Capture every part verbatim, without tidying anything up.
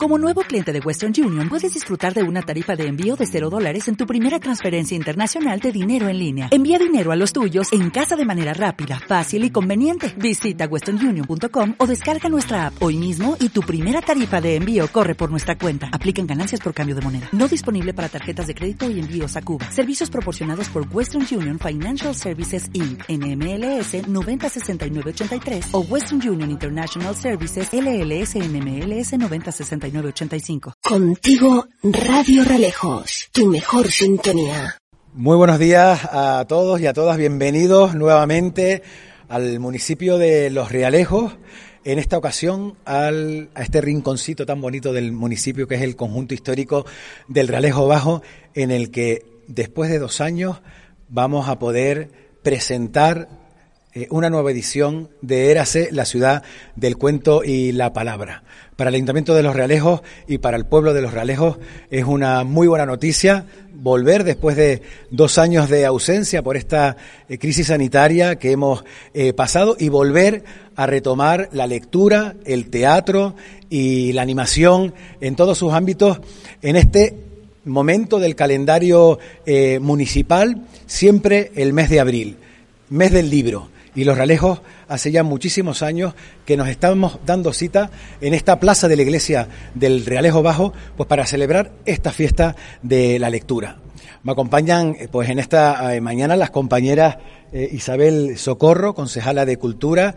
Como nuevo cliente de Western Union, puedes disfrutar de una tarifa de envío de cero dólares en tu primera transferencia internacional de dinero en línea. Envía dinero a los tuyos en casa de manera rápida, fácil y conveniente. Visita western union punto com o descarga nuestra app hoy mismo y tu primera tarifa de envío corre por nuestra cuenta. Aplican ganancias por cambio de moneda. No disponible para tarjetas de crédito y envíos a Cuba. Servicios proporcionados por Western Union Financial Services incorporated. N M L S noventa sesenta y nueve ochenta y tres o Western Union International Services L L S N M L S noventa sesenta y nueve ochenta y cinco. Contigo, Radio Realejos, tu mejor sintonía. Muy buenos días a todos y a todas. Bienvenidos nuevamente al municipio de Los Realejos. En esta ocasión al, a este rinconcito tan bonito del municipio que es el conjunto histórico del Realejo Bajo, en el que después de dos años vamos a poder presentar eh, una nueva edición de Érase, la ciudad del cuento y la palabra. Para el Ayuntamiento de Los Realejos y para el pueblo de Los Realejos es una muy buena noticia volver después de dos años de ausencia por esta eh, crisis sanitaria que hemos eh, pasado y volver a retomar la lectura, el teatro y la animación en todos sus ámbitos en este momento del calendario eh, municipal, siempre el mes de abril, mes del libro. Y Los Realejos hace ya muchísimos años que nos estamos dando cita en esta plaza de la iglesia del Realejo Bajo, pues para celebrar esta fiesta de la lectura. Me acompañan pues en esta eh, mañana las compañeras eh, Isabel Socorro, concejala de Cultura,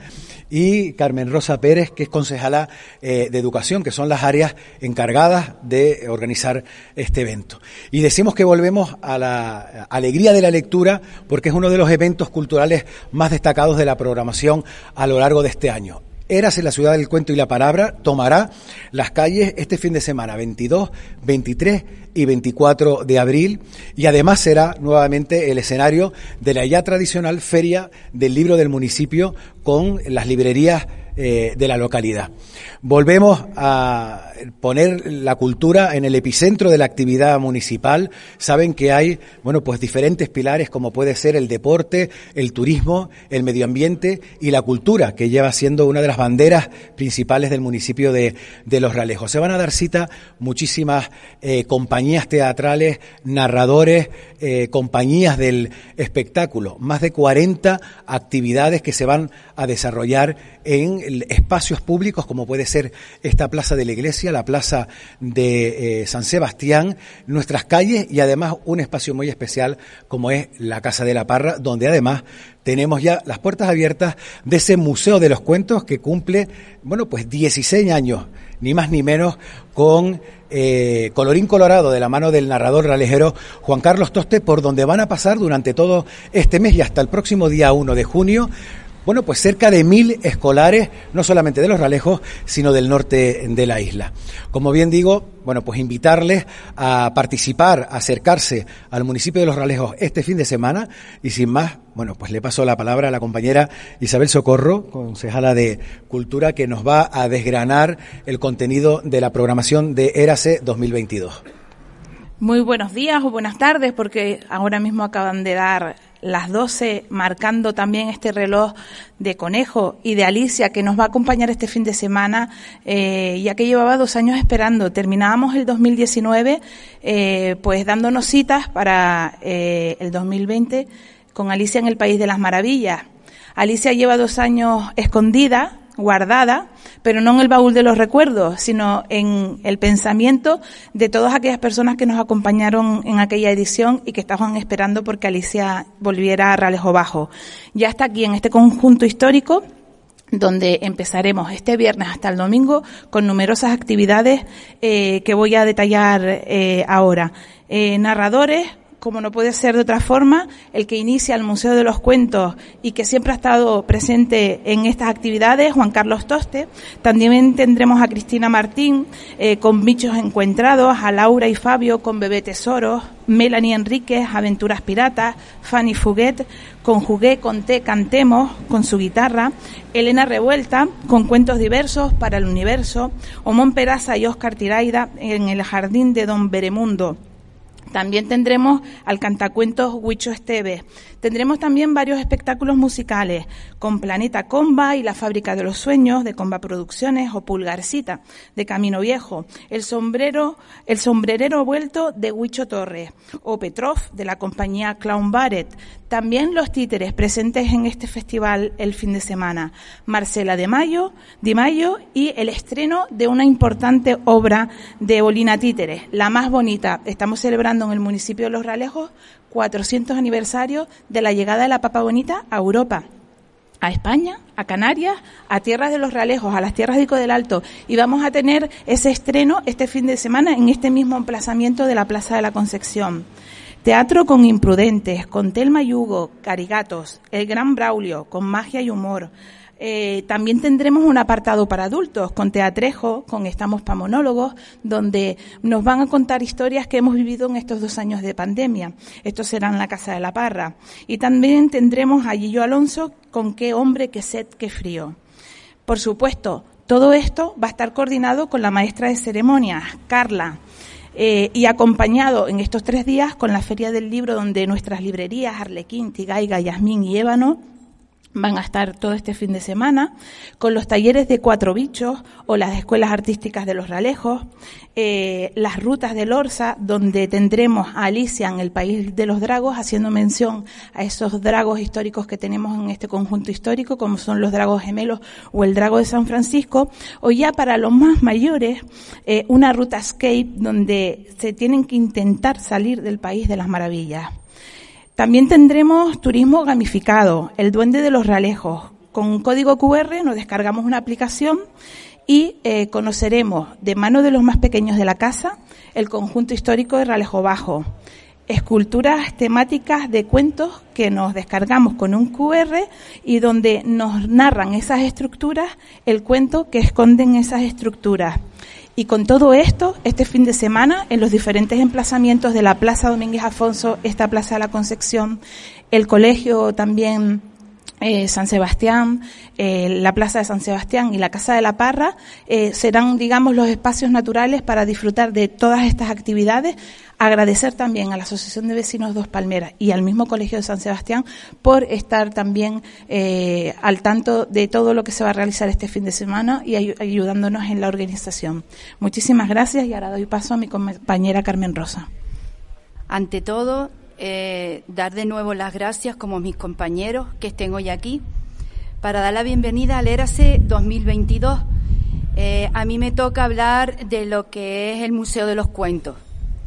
y Carmen Rosa Pérez, que es concejala eh, de Educación, que son las áreas encargadas de organizar este evento. Y decimos que volvemos a la alegría de la lectura porque es uno de los eventos culturales más destacados de la programación a lo largo de este año. Érase, la ciudad del cuento y la palabra, tomará las calles este fin de semana, veintidós, veintitrés y veinticuatro de abril, y además será nuevamente el escenario de la ya tradicional Feria del Libro del municipio con las librerías eh, de la localidad. Volvemos a poner la cultura en el epicentro de la actividad municipal. Saben que hay, bueno, pues diferentes pilares como puede ser el deporte, el turismo, el medio ambiente y la cultura, que lleva siendo una de las banderas principales del municipio de, de Los Realejos. Se van a dar cita muchísimas eh, compañías teatrales, narradores, eh, compañías del espectáculo, más de cuarenta actividades que se van a desarrollar en espacios públicos como puede ser esta plaza de la iglesia, la plaza de eh, San Sebastián, nuestras calles y además un espacio muy especial como es la Casa de la Parra, donde además tenemos ya las puertas abiertas de ese Museo de los Cuentos que cumple, bueno, pues dieciséis años, ni más ni menos, con eh, colorín colorado de la mano del narrador realejero Juan Carlos Toste, por donde van a pasar durante todo este mes y hasta el próximo día uno de junio, bueno, pues cerca de mil escolares, no solamente de Los Realejos, sino del norte de la isla. Como bien digo, bueno, pues invitarles a participar, a acercarse al municipio de Los Realejos este fin de semana y sin más, bueno, pues le paso la palabra a la compañera Isabel Socorro, concejala de Cultura, que nos va a desgranar el contenido de la programación de Érase dos mil veintidós. Muy buenos días o buenas tardes, porque ahora mismo acaban de dar las doce, marcando también este reloj de Conejo y de Alicia, que nos va a acompañar este fin de semana, eh, ya que llevaba dos años esperando. Terminábamos el dos mil diecinueve, eh, pues dándonos citas para eh, el dos mil veinte con Alicia en el País de las Maravillas. Alicia lleva dos años escondida, guardada, pero no en el baúl de los recuerdos, sino en el pensamiento de todas aquellas personas que nos acompañaron en aquella edición y que estaban esperando porque Alicia volviera a Realejo Bajo. Ya está aquí en este conjunto histórico, donde empezaremos este viernes hasta el domingo con numerosas actividades eh, que voy a detallar eh, ahora. Eh, narradores, como no puede ser de otra forma, el que inicia el Museo de los Cuentos y que siempre ha estado presente en estas actividades, Juan Carlos Toste. También tendremos a Cristina Martín eh, con Bichos Encuentrados, a Laura y Fabio con Bebé Tesoros, Melanie Enríquez, Aventuras Piratas, Fanny Fuguet con Jugué, Conté, Cantemos con su guitarra, Elena Revuelta con Cuentos Diversos para el Universo, Omón Peraza y Óscar Tiraida en el Jardín de Don Beremundo También tendremos al cantacuentos Huicho Esteves. Tendremos también varios espectáculos musicales, con Planeta Comba y La Fábrica de los Sueños, de Comba Producciones, o Pulgarcita, de Camino Viejo, El sombrero, el sombrerero vuelto, de Huicho Torres, o Petrov, de la compañía Clown Barret. También los títeres presentes en este festival el fin de semana, Marcela de Mayo, Di Mayo, y el estreno de una importante obra de Bolina Títeres, la más bonita. Estamos celebrando en el municipio de Los Realejos cuatrocientos aniversario de la llegada de la Papa Bonita a Europa, a España, a Canarias, a tierras de Los Realejos, a las tierras de Ico del Alto, y vamos a tener ese estreno este fin de semana en este mismo emplazamiento de la Plaza de la Concepción. Teatro con Imprudentes, con Telma Yugo, Carigatos, El Gran Braulio, con magia y humor. Eh, también tendremos un apartado para adultos, con Teatrejo, con Estamos pa' Monólogos, donde nos van a contar historias que hemos vivido en estos dos años de pandemia. Esto será en la Casa de la Parra. Y también tendremos a Gillo Alonso, con Qué hombre, qué sed, qué frío. Por supuesto, todo esto va a estar coordinado con la maestra de ceremonias, Carla, eh, y acompañado en estos tres días con la Feria del Libro, donde nuestras librerías, Arlequín, Tigaiga, Yasmín y Ébano, van a estar todo este fin de semana, con los talleres de Cuatro Bichos o las escuelas artísticas de Los Realejos, eh, las rutas del Orsa, donde tendremos a Alicia en el País de los Dragos, haciendo mención a esos dragos históricos que tenemos en este conjunto histórico, como son los dragos gemelos o el drago de San Francisco, o ya para los más mayores, eh, una ruta escape donde se tienen que intentar salir del País de las Maravillas. También tendremos turismo gamificado, el Duende de los Realejos. Con un código cu erre nos descargamos una aplicación y eh, conoceremos de mano de los más pequeños de la casa el conjunto histórico de Realejo Bajo. Esculturas temáticas de cuentos que nos descargamos con un cu erre y donde nos narran esas estructuras, el cuento que esconden esas estructuras. Y con todo esto, este fin de semana, en los diferentes emplazamientos de la Plaza Domínguez Afonso, esta Plaza de la Concepción, el colegio también eh, San Sebastián, eh, la Plaza de San Sebastián y la Casa de la Parra, eh, serán, digamos, los espacios naturales para disfrutar de todas estas actividades. Agradecer también a la Asociación de Vecinos Dos Palmeras y al mismo Colegio de San Sebastián por estar también eh, al tanto de todo lo que se va a realizar este fin de semana y ay- ayudándonos en la organización. Muchísimas gracias y ahora doy paso a mi compañera Carmen Rosa. Ante todo, eh, dar de nuevo las gracias como mis compañeros que estén hoy aquí para dar la bienvenida al Érase dos mil veintidós. Eh, a mí me toca hablar de lo que es el Museo de los Cuentos.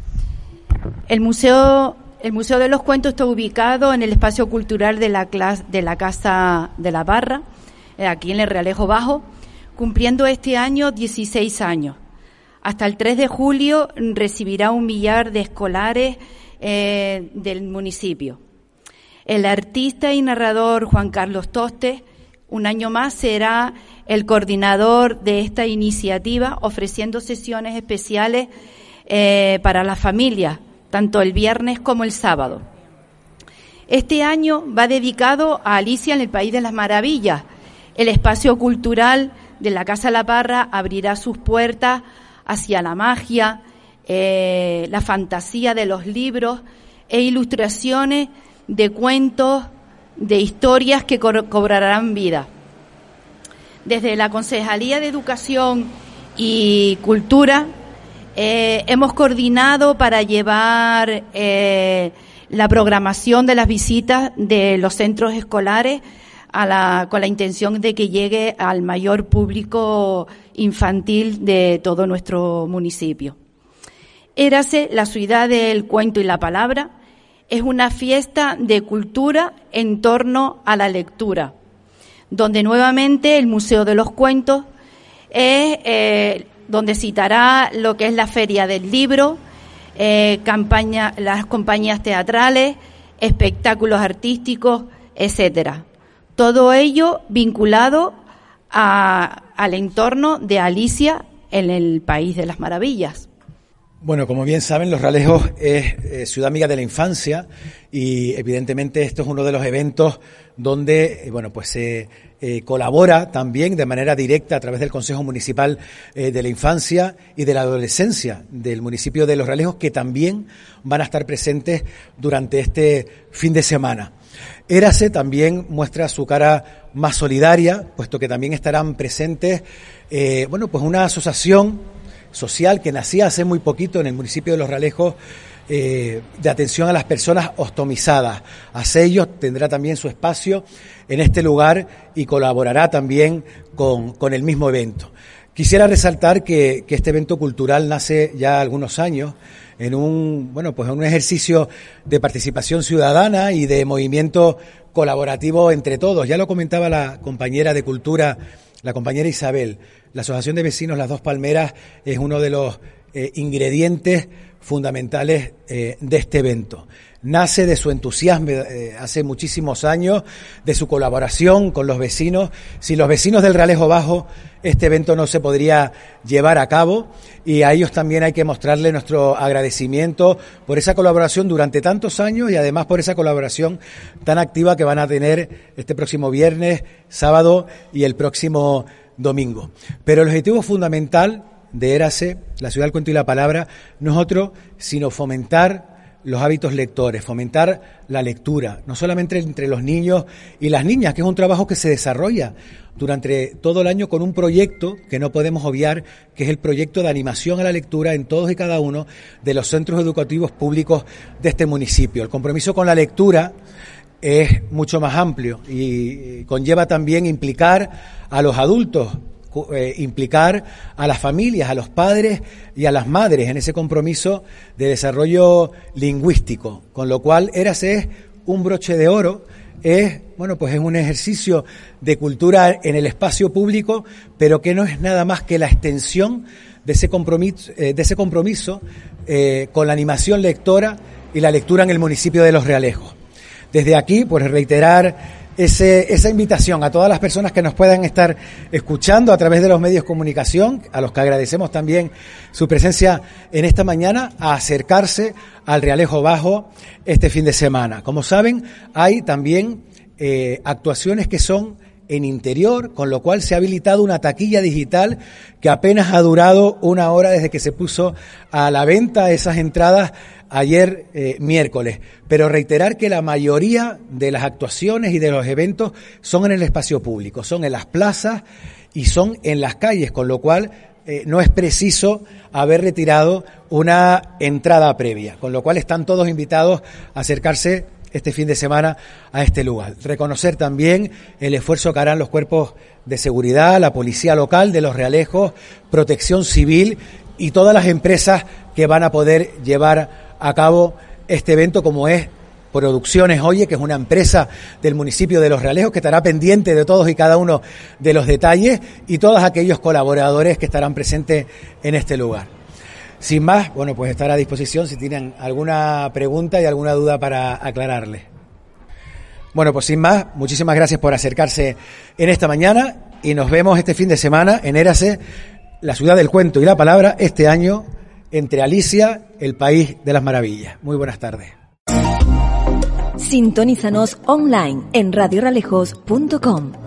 El museo, el Museo de los Cuentos está ubicado en el espacio cultural de la, clase, de la Casa de la Parra, aquí en el Realejo Bajo, cumpliendo este año dieciséis años. Hasta el tres de julio recibirá un millar de escolares eh, del municipio. El artista y narrador Juan Carlos Tostes, un año más, será el coordinador de esta iniciativa, ofreciendo sesiones especiales eh, para las familias, tanto el viernes como el sábado. Este año va dedicado a Alicia en el País de las Maravillas. El espacio cultural de la Casa La Parra abrirá sus puertas hacia la magia, eh, la fantasía de los libros e ilustraciones de cuentos, de historias que co- cobrarán vida. Desde la Concejalía de Educación y Cultura eh, hemos coordinado para llevar eh, la programación de las visitas de los centros escolares a la, con la intención de que llegue al mayor público infantil de todo nuestro municipio. Érase, la ciudad del cuento y la palabra, es una fiesta de cultura en torno a la lectura, donde nuevamente el Museo de los Cuentos es eh, donde citará lo que es la Feria del Libro, eh, campaña, las compañías teatrales, espectáculos artísticos, etcétera. Todo ello vinculado a, al entorno de Alicia en el País de las Maravillas. Bueno, como bien saben, Los Realejos es eh, ciudad amiga de la infancia y evidentemente esto es uno de los eventos donde, eh, bueno, pues se eh, colabora también de manera directa a través del Consejo Municipal eh, de la Infancia y de la Adolescencia del municipio de Los Realejos, que también van a estar presentes durante este fin de semana. Érase también muestra su cara más solidaria, puesto que también estarán presentes, eh, bueno, pues una asociación social que nacía hace muy poquito en el municipio de Los Realejos, eh, de atención a las personas ostomizadas. Asellos tendrá también su espacio en este lugar y colaborará también con, con el mismo evento. Quisiera resaltar que, que este evento cultural nace ya algunos años en un, bueno, pues en un ejercicio de participación ciudadana y de movimiento colaborativo entre todos. Ya lo comentaba la compañera de Cultura, la compañera Isabel. La Asociación de Vecinos Las Dos Palmeras es uno de los eh, ingredientes fundamentales eh, de este evento. Nace de su entusiasmo eh, hace muchísimos años, de su colaboración con los vecinos. Sin los vecinos del Realejo Bajo, este evento no se podría llevar a cabo, y a ellos también hay que mostrarle nuestro agradecimiento por esa colaboración durante tantos años y además por esa colaboración tan activa que van a tener este próximo viernes, sábado y el próximo domingo. Pero el objetivo fundamental de Érase, la ciudad del cuento y la palabra, no es otro sino fomentar los hábitos lectores, fomentar la lectura, no solamente entre los niños y las niñas, que es un trabajo que se desarrolla durante todo el año con un proyecto que no podemos obviar, que es el proyecto de animación a la lectura en todos y cada uno de los centros educativos públicos de este municipio. El compromiso con la lectura es mucho más amplio y conlleva también implicar a los adultos, Eh, implicar a las familias, a los padres y a las madres en ese compromiso de desarrollo lingüístico, con lo cual Érase es un broche de oro, es, bueno, pues es un ejercicio de cultura en el espacio público, pero que no es nada más que la extensión de ese compromiso, eh, de ese compromiso eh, con la animación lectora y la lectura en el municipio de Los Realejos. Desde aquí, pues reiterar Ese, esa invitación a todas las personas que nos puedan estar escuchando a través de los medios de comunicación, a los que agradecemos también su presencia en esta mañana, a acercarse al Realejo Bajo este fin de semana. Como saben, hay también eh, actuaciones que son en interior, con lo cual se ha habilitado una taquilla digital que apenas ha durado una hora desde que se puso a la venta esas entradas ayer eh, miércoles, pero reiterar que la mayoría de las actuaciones y de los eventos son en el espacio público, son en las plazas y son en las calles, con lo cual eh, no es preciso haber retirado una entrada previa, con lo cual están todos invitados a acercarse este fin de semana a este lugar. Reconocer también el esfuerzo que harán los cuerpos de seguridad, la policía local de Los Realejos, Protección Civil y todas las empresas que van a poder llevar a cabo este evento, como es Producciones Oye, que es una empresa del municipio de Los Realejos que estará pendiente de todos y cada uno de los detalles, y todos aquellos colaboradores que estarán presentes en este lugar. Sin más, bueno, pues estar a disposición si tienen alguna pregunta y alguna duda para aclararles. Bueno, pues sin más, muchísimas gracias por acercarse en esta mañana y nos vemos este fin de semana en Érase, la ciudad del cuento y la palabra, este año entre Alicia, el país de las maravillas. Muy buenas tardes. Sintonízanos online en radio realejos punto com.